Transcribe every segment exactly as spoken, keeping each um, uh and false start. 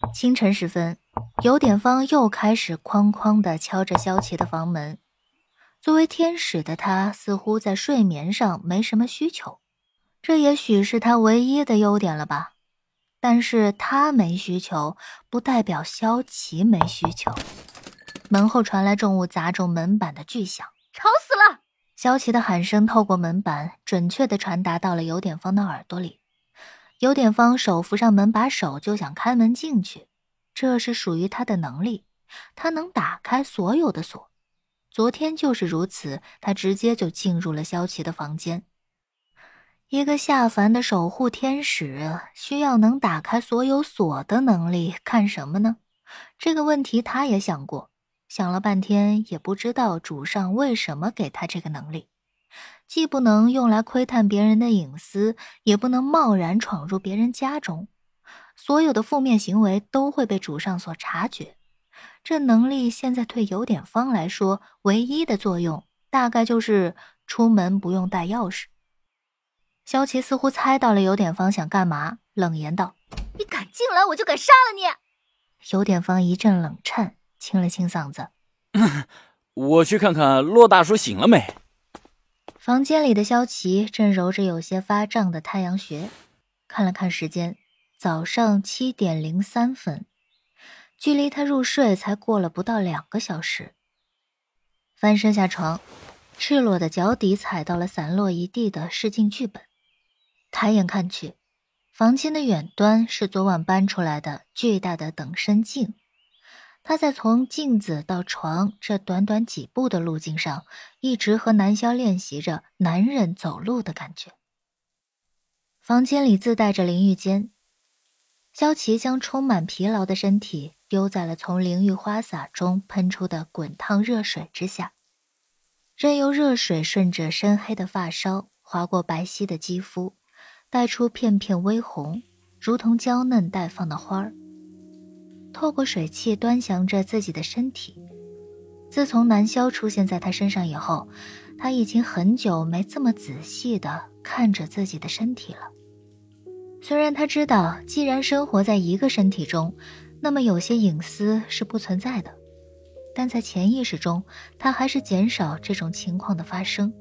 清晨时分，有点方又开始哐哐地敲着萧琪的房门。作为天使的他似乎在睡眠上没什么需求，这也许是他唯一的优点了吧。但是他没需求，不代表萧琪没需求。门后传来重物砸中门板的巨响， 吵死了！ 萧琪的喊声透过门板准确地传达到了有点方的耳朵里。有点方手扶上门把手就想开门进去，这是属于他的能力，他能打开所有的锁。昨天就是如此，他直接就进入了萧琪的房间。一个下凡的守护天使需要能打开所有锁的能力干什么呢？这个问题他也想过，想了半天也不知道主上为什么给他这个能力。既不能用来窥探别人的隐私，也不能贸然闯入别人家中，所有的负面行为都会被主上所察觉。这能力现在对有点方来说，唯一的作用大概就是出门不用带钥匙。萧琪似乎猜到了有点方想干嘛，冷言道： 你敢进来我就敢杀了你！ 有点方一阵冷颤，清了清嗓子我去看看骆大叔醒了没。 房间里的萧琪正揉着有些发胀的太阳穴，看了看时间，早上七点零三分，距离他入睡才过了不到两个小时。翻身下床，赤裸的脚底踩到了散落一地的试镜剧本。抬眼看去，房间的远端是昨晚搬出来的巨大的等身镜。他在从镜子到床这短短几步的路径上，一直和南萧练习着男人走路的感觉。房间里自带着淋浴间，萧琪将充满疲劳的身体丢在了从淋浴花洒中喷出的滚烫热水之下，任由热水顺着深黑的发梢划过白皙的肌肤，带出片片微红，如同娇嫩待放的花儿。透过水汽端详着自己的身体。自从南萧出现在他身上以后，他已经很久没这么仔细地看着自己的身体了。虽然他知道，既然生活在一个身体中，那么有些隐私是不存在的，但在潜意识中，他还是减少这种情况的发生。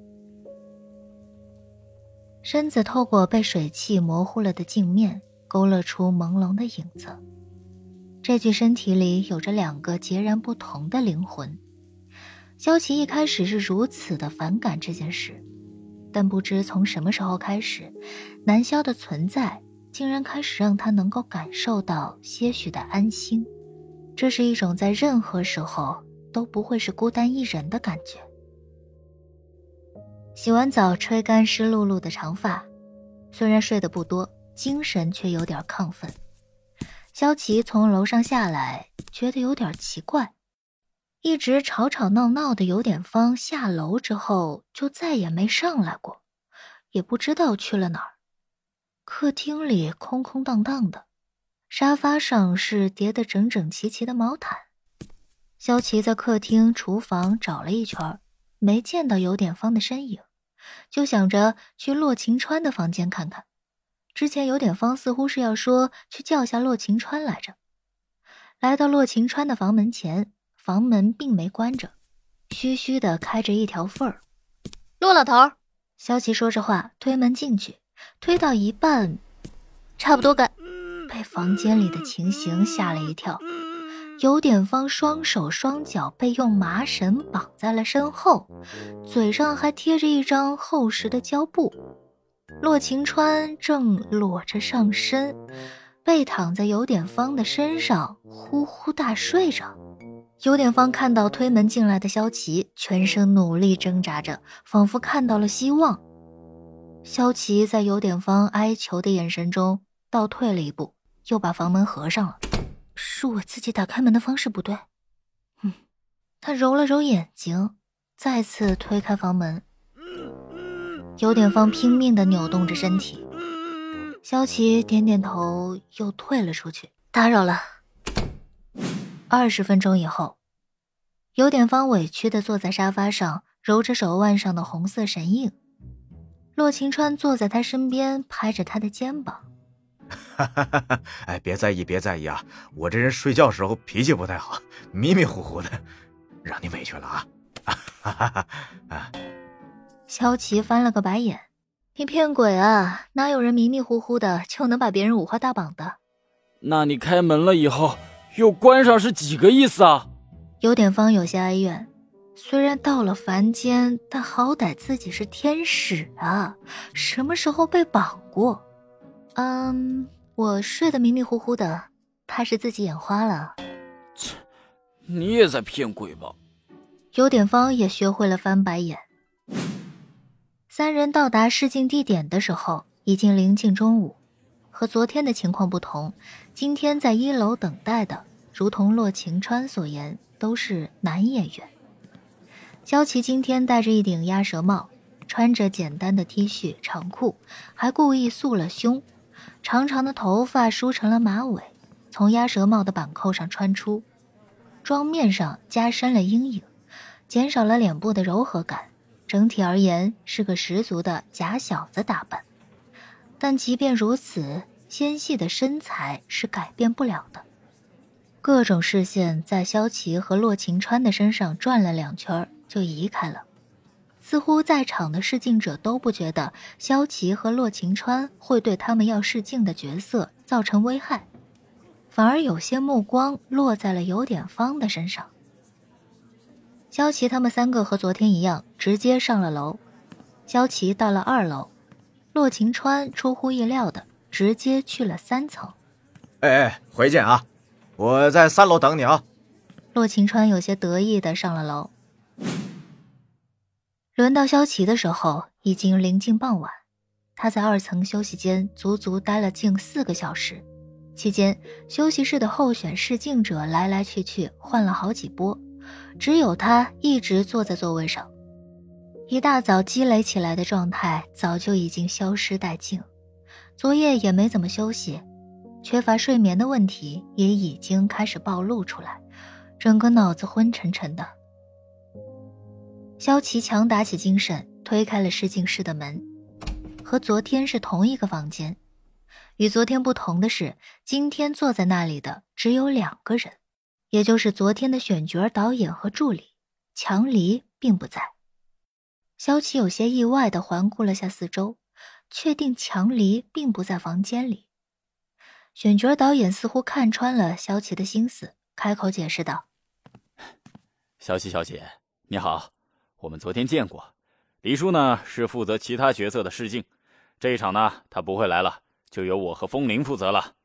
身子透过被水汽模糊了的镜面，勾勒出朦胧的影子。这具身体里有着两个截然不同的灵魂。萧琪一开始是如此的反感这件事，但不知从什么时候开始，南萧的存在竟然开始让他能够感受到些许的安心。这是一种在任何时候都不会是孤单一人的感觉。洗完澡，吹干湿漉漉的长发，虽然睡得不多，精神却有点亢奋。萧琪从楼上下来，觉得有点奇怪，一直吵吵闹闹的有点方下楼之后就再也没上来过，也不知道去了哪儿。客厅里空空荡荡的，沙发上是叠得整整齐齐的毛毯。萧琪在客厅、厨房找了一圈，没见到有点方的身影，就想着去洛晴川的房间看看。之前有点方似乎是要说去叫下洛晴川来着。来到洛晴川的房门前，房门并没关着，虚虚的开着一条缝儿。 骆老头， 萧琪说着话推门进去，推到一半，差不多该被房间里的情形吓了一跳。有点方双手双脚被用麻绳绑在了身后，嘴上还贴着一张厚实的胶布。洛晴川正裸着上身，背躺在有点方的身上，呼呼大睡着。有点方看到推门进来的萧琪，全身努力挣扎着，仿佛看到了希望。萧琪在有点方哀求的眼神中倒退了一步，又把房门合上了。是我自己打开门的方式不对。嗯，他揉了揉眼睛，再次推开房门。有点方拼命地扭动着身体，萧琪点点头，又退了出去。打扰了。二十分钟以后，有点方委屈地坐在沙发上，揉着手腕上的红色神印。洛晴川坐在他身边，拍着他的肩膀。 哈哈哈哈，哎，别在意，别在意啊！我这人睡觉时候脾气不太好，迷迷糊糊的，让你委屈了啊！哈哈哈啊！ 萧琪翻了个白眼：“你骗鬼啊！哪有人迷迷糊糊的就能把别人五花大绑的？” 那你开门了以后又关上是几个意思啊？ 有点方有些哀怨。虽然到了凡间，但好歹自己是天使啊，什么时候被绑过？嗯，我睡得迷迷糊糊的，怕是自己眼花了。 切，你也在骗鬼吧？ 有点方也学会了翻白眼。三人到达试镜地点的时候，已经临近中午。和昨天的情况不同，今天在一楼等待的，如同洛晴川所言，都是男演员。萧琪今天戴着一顶鸭舌帽，穿着简单的 T 恤长裤，还故意束了胸，长长的头发梳成了马尾，从鸭舌帽的板扣上穿出，妆面上加深了阴影，减少了脸部的柔和感，整体而言是个十足的假小子打扮。但即便如此，纤细的身材是改变不了的。各种视线在萧琪和洛晴川的身上转了两圈就移开了，似乎在场的试镜者都不觉得萧琪和洛晴川会对他们要试镜的角色造成危害，反而有些目光落在了有点方的身上。萧琪他们三个和昨天一样，直接上了楼。萧琪到了二楼，洛晴川出乎意料的直接去了三层。 哎哎，回见啊，我在三楼等你啊。 洛晴川有些得意的上了楼。轮到萧琪的时候，已经临近傍晚。他在二层休息间足足待了近四个小时，期间休息室的候选试镜者来来去去，换了好几波，只有他一直坐在座位上。一大早积累起来的状态早就已经消失殆尽，昨夜也没怎么休息，缺乏睡眠的问题也已经开始暴露出来，整个脑子昏沉沉的。萧琪强打起精神，推开了试镜室的门。和昨天是同一个房间，与昨天不同的是，今天坐在那里的只有两个人，也就是昨天的选角导演和助理，强离并不在。萧琪有些意外地环顾了下四周，确定强离并不在房间里。选角导演似乎看穿了萧琪的心思，开口解释道： 萧琪小姐你好，我们昨天见过，黎叔呢是负责其他角色的试镜，这一场呢他不会来了，就由我和风铃负责了。